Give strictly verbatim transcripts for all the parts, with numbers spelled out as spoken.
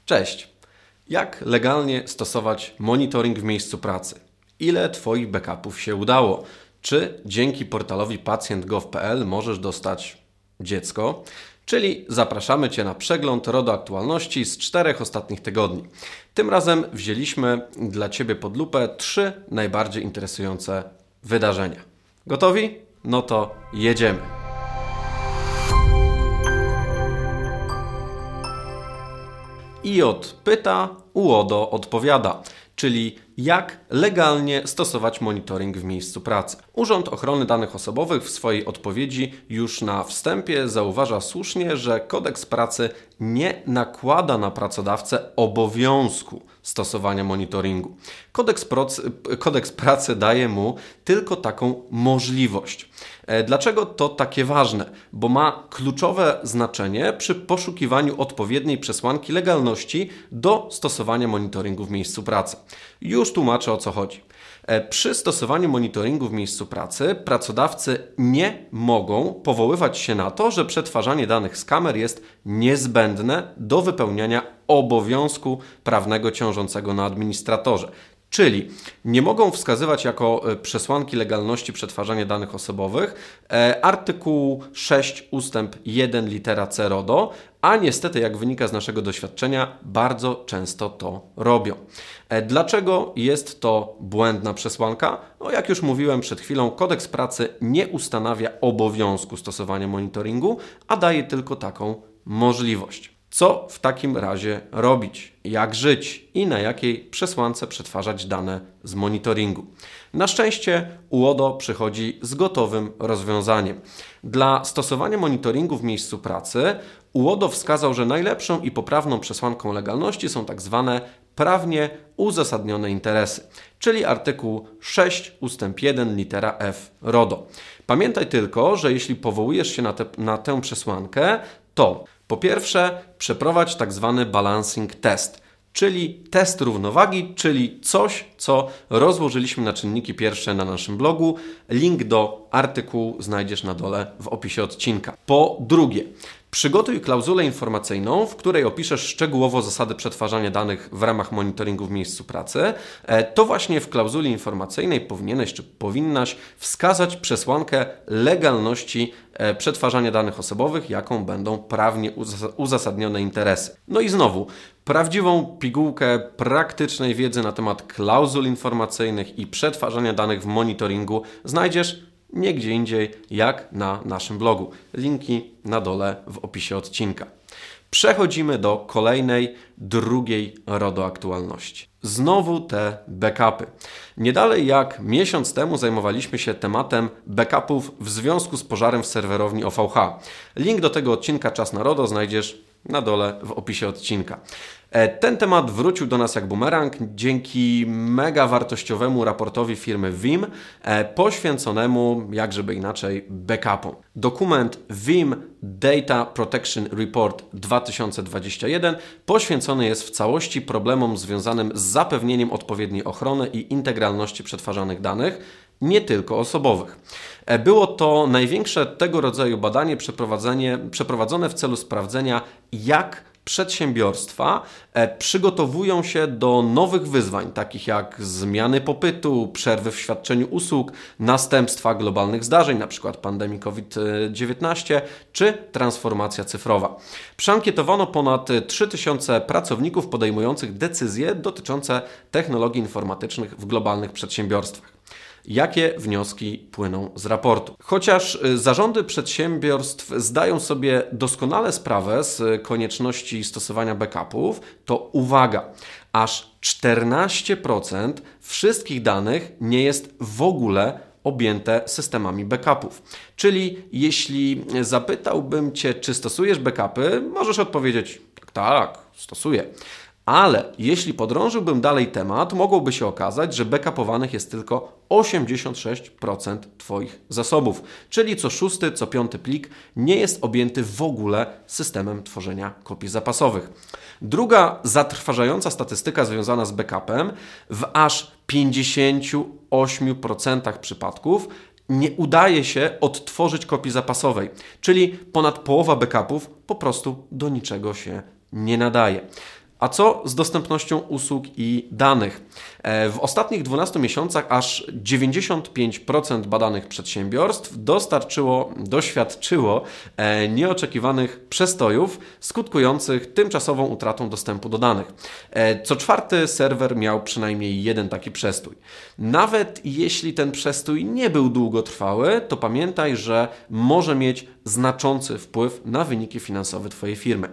Cześć! Jak legalnie stosować monitoring w miejscu pracy? Ile Twoich backupów się udało? Czy dzięki portalowi pacjent kropka gov kropka p l możesz dostać dziecko? Czyli zapraszamy Cię na przegląd RODO aktualności z czterech ostatnich tygodni. Tym razem wzięliśmy dla Ciebie pod lupę trzy najbardziej interesujące wydarzenia. Gotowi? No to jedziemy! I O D pyta, U O D O odpowiada, czyli jak legalnie stosować monitoring w miejscu pracy. Urząd Ochrony Danych Osobowych w swojej odpowiedzi już na wstępie zauważa słusznie, że kodeks pracy nie nakłada na pracodawcę obowiązku stosowania monitoringu. Kodeks, proc- kodeks pracy daje mu tylko taką możliwość. Dlaczego to takie ważne? Bo ma kluczowe znaczenie przy poszukiwaniu odpowiedniej przesłanki legalności do stosowania monitoringu w miejscu pracy. Już tłumaczę, o co chodzi. Przy stosowaniu monitoringu w miejscu pracy pracodawcy nie mogą powoływać się na to, że przetwarzanie danych z kamer jest niezbędne do wypełniania obowiązku prawnego ciążącego na administratorze. Czyli nie mogą wskazywać jako przesłanki legalności przetwarzania danych osobowych artykułu sześć ustęp jeden litera C RODO, a niestety, jak wynika z naszego doświadczenia, bardzo często to robią. Dlaczego jest to błędna przesłanka? No, jak już mówiłem przed chwilą, kodeks pracy nie ustanawia obowiązku stosowania monitoringu, a daje tylko taką możliwość. Co w takim razie robić? Jak żyć i na jakiej przesłance przetwarzać dane z monitoringu? Na szczęście U O D O przychodzi z gotowym rozwiązaniem. Dla stosowania monitoringu w miejscu pracy U O D O wskazał, że najlepszą i poprawną przesłanką legalności są tak zwane prawnie uzasadnione interesy, czyli artykuł sześć ustęp jeden litera F RODO. Pamiętaj tylko, że jeśli powołujesz się na, te, na tę przesłankę, to po pierwsze przeprowadź tak zwany balancing test, czyli test równowagi, czyli coś, co rozłożyliśmy na czynniki pierwsze na naszym blogu. Link do artykułu znajdziesz na dole w opisie odcinka. Po drugie, przygotuj klauzulę informacyjną, w której opiszesz szczegółowo zasady przetwarzania danych w ramach monitoringu w miejscu pracy. To właśnie w klauzuli informacyjnej powinieneś czy powinnaś wskazać przesłankę legalności przetwarzania danych osobowych, jaką będą prawnie uzasadnione interesy. No i znowu, prawdziwą pigułkę praktycznej wiedzy na temat klauzul informacyjnych i przetwarzania danych w monitoringu znajdziesz nie gdzie indziej jak na naszym blogu. Linki na dole w opisie odcinka. Przechodzimy do kolejnej, drugiej RODO aktualności. Znowu te backupy. Nie dalej jak miesiąc temu zajmowaliśmy się tematem backupów w związku z pożarem w serwerowni O V H. Link do tego odcinka Czas na RODO znajdziesz na dole w opisie odcinka. Ten temat wrócił do nas jak bumerang dzięki mega wartościowemu raportowi firmy Veeam poświęconemu, jakżeby inaczej, backupom. Dokument Veeam Data Protection Report dwa tysiące dwudziesty pierwszy poświęcony jest w całości problemom związanym z zapewnieniem odpowiedniej ochrony i integralności przetwarzanych danych, nie tylko osobowych. Było to największe tego rodzaju badanie przeprowadzone w celu sprawdzenia, jak przedsiębiorstwa przygotowują się do nowych wyzwań, takich jak zmiany popytu, przerwy w świadczeniu usług, następstwa globalnych zdarzeń, np. pandemii COVID dziewiętnaście, czy transformacja cyfrowa. Przeankietowano ponad trzy tysiące pracowników podejmujących decyzje dotyczące technologii informatycznych w globalnych przedsiębiorstwach. Jakie wnioski płyną z raportu? Chociaż zarządy przedsiębiorstw zdają sobie doskonale sprawę z konieczności stosowania backupów, to uwaga, aż czternaście procent wszystkich danych nie jest w ogóle objęte systemami backupów. Czyli jeśli zapytałbym Cię, czy stosujesz backupy, możesz odpowiedzieć tak, tak, stosuję. Ale jeśli podrążyłbym dalej temat, mogłoby się okazać, że backupowanych jest tylko osiemdziesiąt sześć procent Twoich zasobów, czyli co szósty, co piąty plik nie jest objęty w ogóle systemem tworzenia kopii zapasowych. Druga zatrważająca statystyka związana z backupem: w aż pięćdziesięciu ośmiu procentach przypadków nie udaje się odtworzyć kopii zapasowej, czyli ponad połowa backupów po prostu do niczego się nie nadaje. A co z dostępnością usług i danych? W ostatnich dwunastu miesiącach aż dziewięćdziesiąt pięć procent badanych przedsiębiorstw dostarczyło, doświadczyło nieoczekiwanych przestojów skutkujących tymczasową utratą dostępu do danych. Co czwarty serwer miał przynajmniej jeden taki przestój. Nawet jeśli ten przestój nie był długotrwały, to pamiętaj, że może mieć znaczący wpływ na wyniki finansowe Twojej firmy.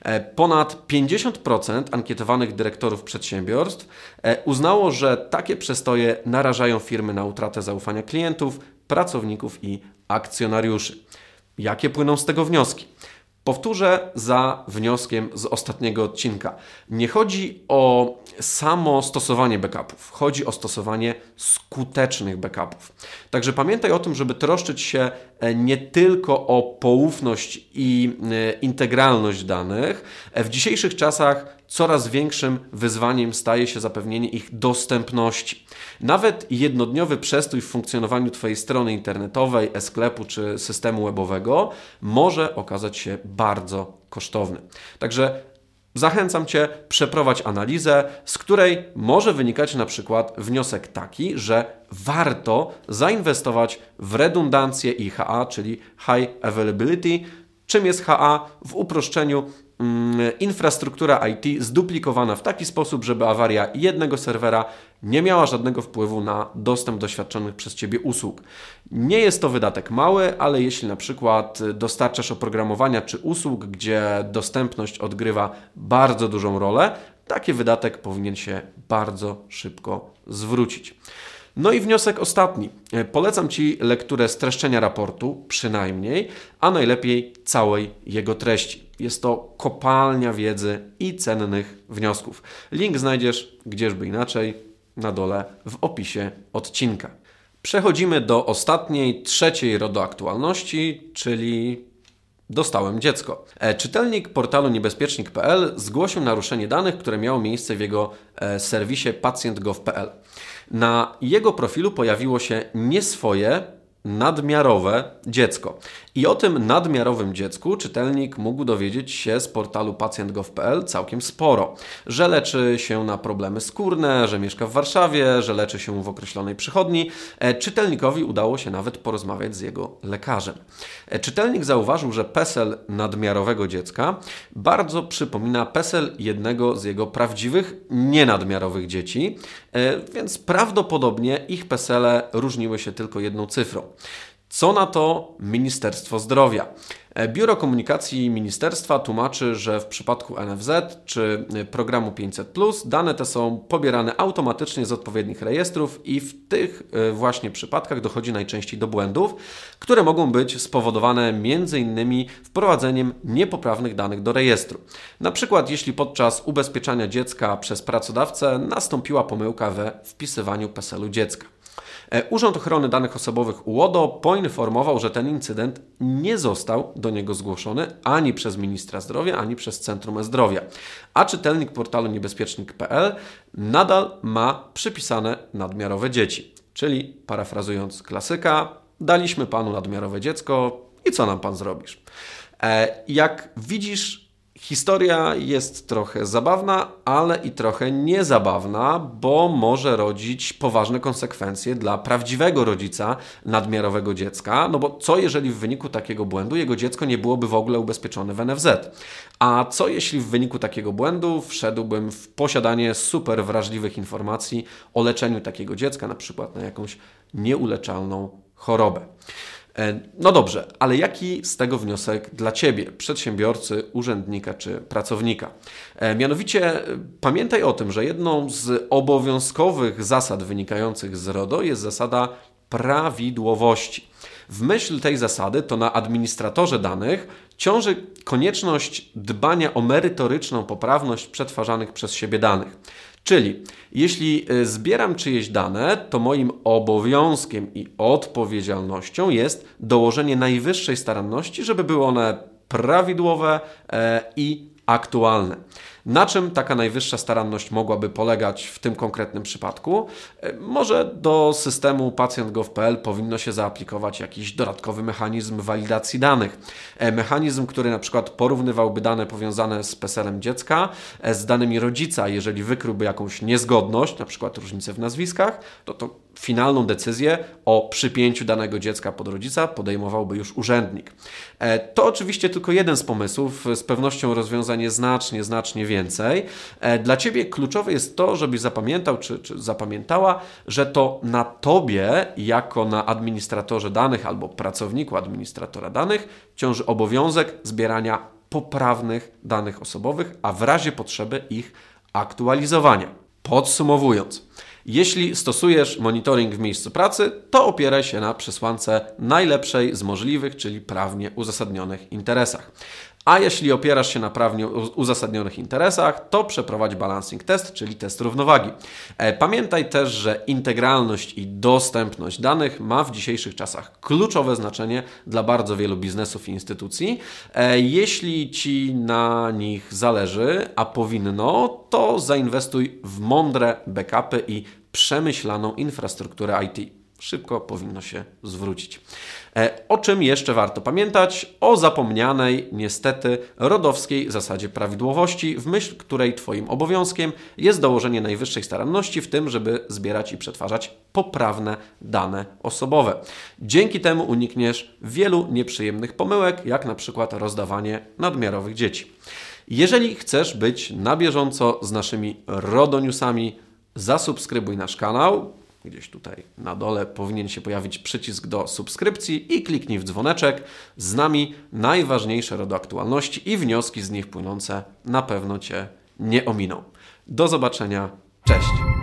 Ponad pięćdziesiąt procent ankietowanych dyrektorów przedsiębiorstw uznało, że takie przestoje narażają firmy na utratę zaufania klientów, pracowników i akcjonariuszy. Jakie płyną z tego wnioski? Powtórzę za wnioskiem z ostatniego odcinka. Nie chodzi o samo stosowanie backupów, chodzi o stosowanie skutecznych backupów. Także pamiętaj o tym, żeby troszczyć się nie tylko o poufność i integralność danych. W dzisiejszych czasach coraz większym wyzwaniem staje się zapewnienie ich dostępności. Nawet jednodniowy przestój w funkcjonowaniu Twojej strony internetowej, e-sklepu czy systemu webowego może okazać się bardzo kosztowny. Także zachęcam Cię, przeprowadź analizę, z której może wynikać na przykład wniosek taki, że warto zainwestować w redundancję i H A, czyli High Availability. Czym jest H A? W uproszczeniu infrastruktura I T zduplikowana w taki sposób, żeby awaria jednego serwera nie miała żadnego wpływu na dostęp do świadczonych przez Ciebie usług. Nie jest to wydatek mały, ale jeśli na przykład dostarczasz oprogramowania czy usług, gdzie dostępność odgrywa bardzo dużą rolę, taki wydatek powinien się bardzo szybko zwrócić. No i wniosek ostatni. Polecam Ci lekturę streszczenia raportu, przynajmniej, a najlepiej całej jego treści. Jest to kopalnia wiedzy i cennych wniosków. Link znajdziesz, gdzieżby inaczej, na dole w opisie odcinka. Przechodzimy do ostatniej, trzeciej RODO aktualności, czyli dostałem dziecko. Czytelnik portalu niebezpiecznik kropka p l zgłosił naruszenie danych, które miało miejsce w jego serwisie pacjent kropka gov kropka p l. Na jego profilu pojawiło się nieswoje, nadmiarowe dziecko. I o tym nadmiarowym dziecku czytelnik mógł dowiedzieć się z portalu pacjent kropka gov kropka p l całkiem sporo. Że leczy się na problemy skórne, że mieszka w Warszawie, że leczy się w określonej przychodni. Czytelnikowi udało się nawet porozmawiać z jego lekarzem. Czytelnik zauważył, że PESEL nadmiarowego dziecka bardzo przypomina PESEL jednego z jego prawdziwych, nienadmiarowych dzieci, więc prawdopodobnie ich PESELe różniły się tylko jedną cyfrą. Co na to Ministerstwo Zdrowia? Biuro Komunikacji Ministerstwa tłumaczy, że w przypadku N F Z czy programu pięćset plus dane te są pobierane automatycznie z odpowiednich rejestrów i w tych właśnie przypadkach dochodzi najczęściej do błędów, które mogą być spowodowane między innymi wprowadzeniem niepoprawnych danych do rejestru. Na przykład jeśli podczas ubezpieczania dziecka przez pracodawcę nastąpiła pomyłka we wpisywaniu PESEL-u dziecka. Urząd Ochrony Danych Osobowych U O D O poinformował, że ten incydent nie został do niego zgłoszony ani przez Ministra Zdrowia, ani przez Centrum E-Zdrowia. A czytelnik portalu niebezpiecznik kropka p l nadal ma przypisane nadmiarowe dzieci. Czyli parafrazując klasyka, daliśmy Panu nadmiarowe dziecko i co nam Pan zrobisz? E, jak widzisz, historia jest trochę zabawna, ale i trochę niezabawna, bo może rodzić poważne konsekwencje dla prawdziwego rodzica nadmiarowego dziecka, no bo co jeżeli w wyniku takiego błędu jego dziecko nie byłoby w ogóle ubezpieczone w N F Z? A co jeśli w wyniku takiego błędu wszedłbym w posiadanie super wrażliwych informacji o leczeniu takiego dziecka, na przykład na jakąś nieuleczalną chorobę? No dobrze, ale jaki z tego wniosek dla Ciebie, przedsiębiorcy, urzędnika czy pracownika? Mianowicie pamiętaj o tym, że jedną z obowiązkowych zasad wynikających z RODO jest zasada prawidłowości. W myśl tej zasady to na administratorze danych ciąży konieczność dbania o merytoryczną poprawność przetwarzanych przez siebie danych. Czyli jeśli zbieram czyjeś dane, to moim obowiązkiem i odpowiedzialnością jest dołożenie najwyższej staranności, żeby były one prawidłowe i aktualne. Na czym taka najwyższa staranność mogłaby polegać w tym konkretnym przypadku? Może do systemu pacjent kropka gov kropka p l powinno się zaaplikować jakiś dodatkowy mechanizm walidacji danych. Mechanizm, który na przykład porównywałby dane powiązane z peselem dziecka z danymi rodzica. Jeżeli wykryłby jakąś niezgodność, na przykład różnicę w nazwiskach, to to finalną decyzję o przypięciu danego dziecka pod rodzica podejmowałby już urzędnik. To oczywiście tylko jeden z pomysłów, z pewnością rozwiązanie znacznie, znacznie więcej. Dla Ciebie kluczowe jest to, żebyś zapamiętał, czy, czy zapamiętała, że to na Tobie, jako na administratorze danych albo pracowniku administratora danych, ciąży obowiązek zbierania poprawnych danych osobowych, a w razie potrzeby ich aktualizowania. Podsumowując, jeśli stosujesz monitoring w miejscu pracy, to opieraj się na przesłance najlepszej z możliwych, czyli prawnie uzasadnionych interesach. A jeśli opierasz się na prawnie uzasadnionych interesach, to przeprowadź balancing test, czyli test równowagi. Pamiętaj też, że integralność i dostępność danych ma w dzisiejszych czasach kluczowe znaczenie dla bardzo wielu biznesów i instytucji. Jeśli Ci na nich zależy, a powinno, to zainwestuj w mądre backupy i przemyślaną infrastrukturę I T. Szybko powinno się zwrócić. O czym jeszcze warto pamiętać? O zapomnianej, niestety, rodowskiej zasadzie prawidłowości, w myśl której Twoim obowiązkiem jest dołożenie najwyższej staranności w tym, żeby zbierać i przetwarzać poprawne dane osobowe. Dzięki temu unikniesz wielu nieprzyjemnych pomyłek, jak na przykład rozdawanie nadmiarowych dzieci. Jeżeli chcesz być na bieżąco z naszymi RODO-newsami, zasubskrybuj nasz kanał. Gdzieś tutaj na dole powinien się pojawić przycisk do subskrypcji i kliknij w dzwoneczek. Z nami najważniejsze RODO aktualności i wnioski z nich płynące na pewno Cię nie ominą. Do zobaczenia. Cześć!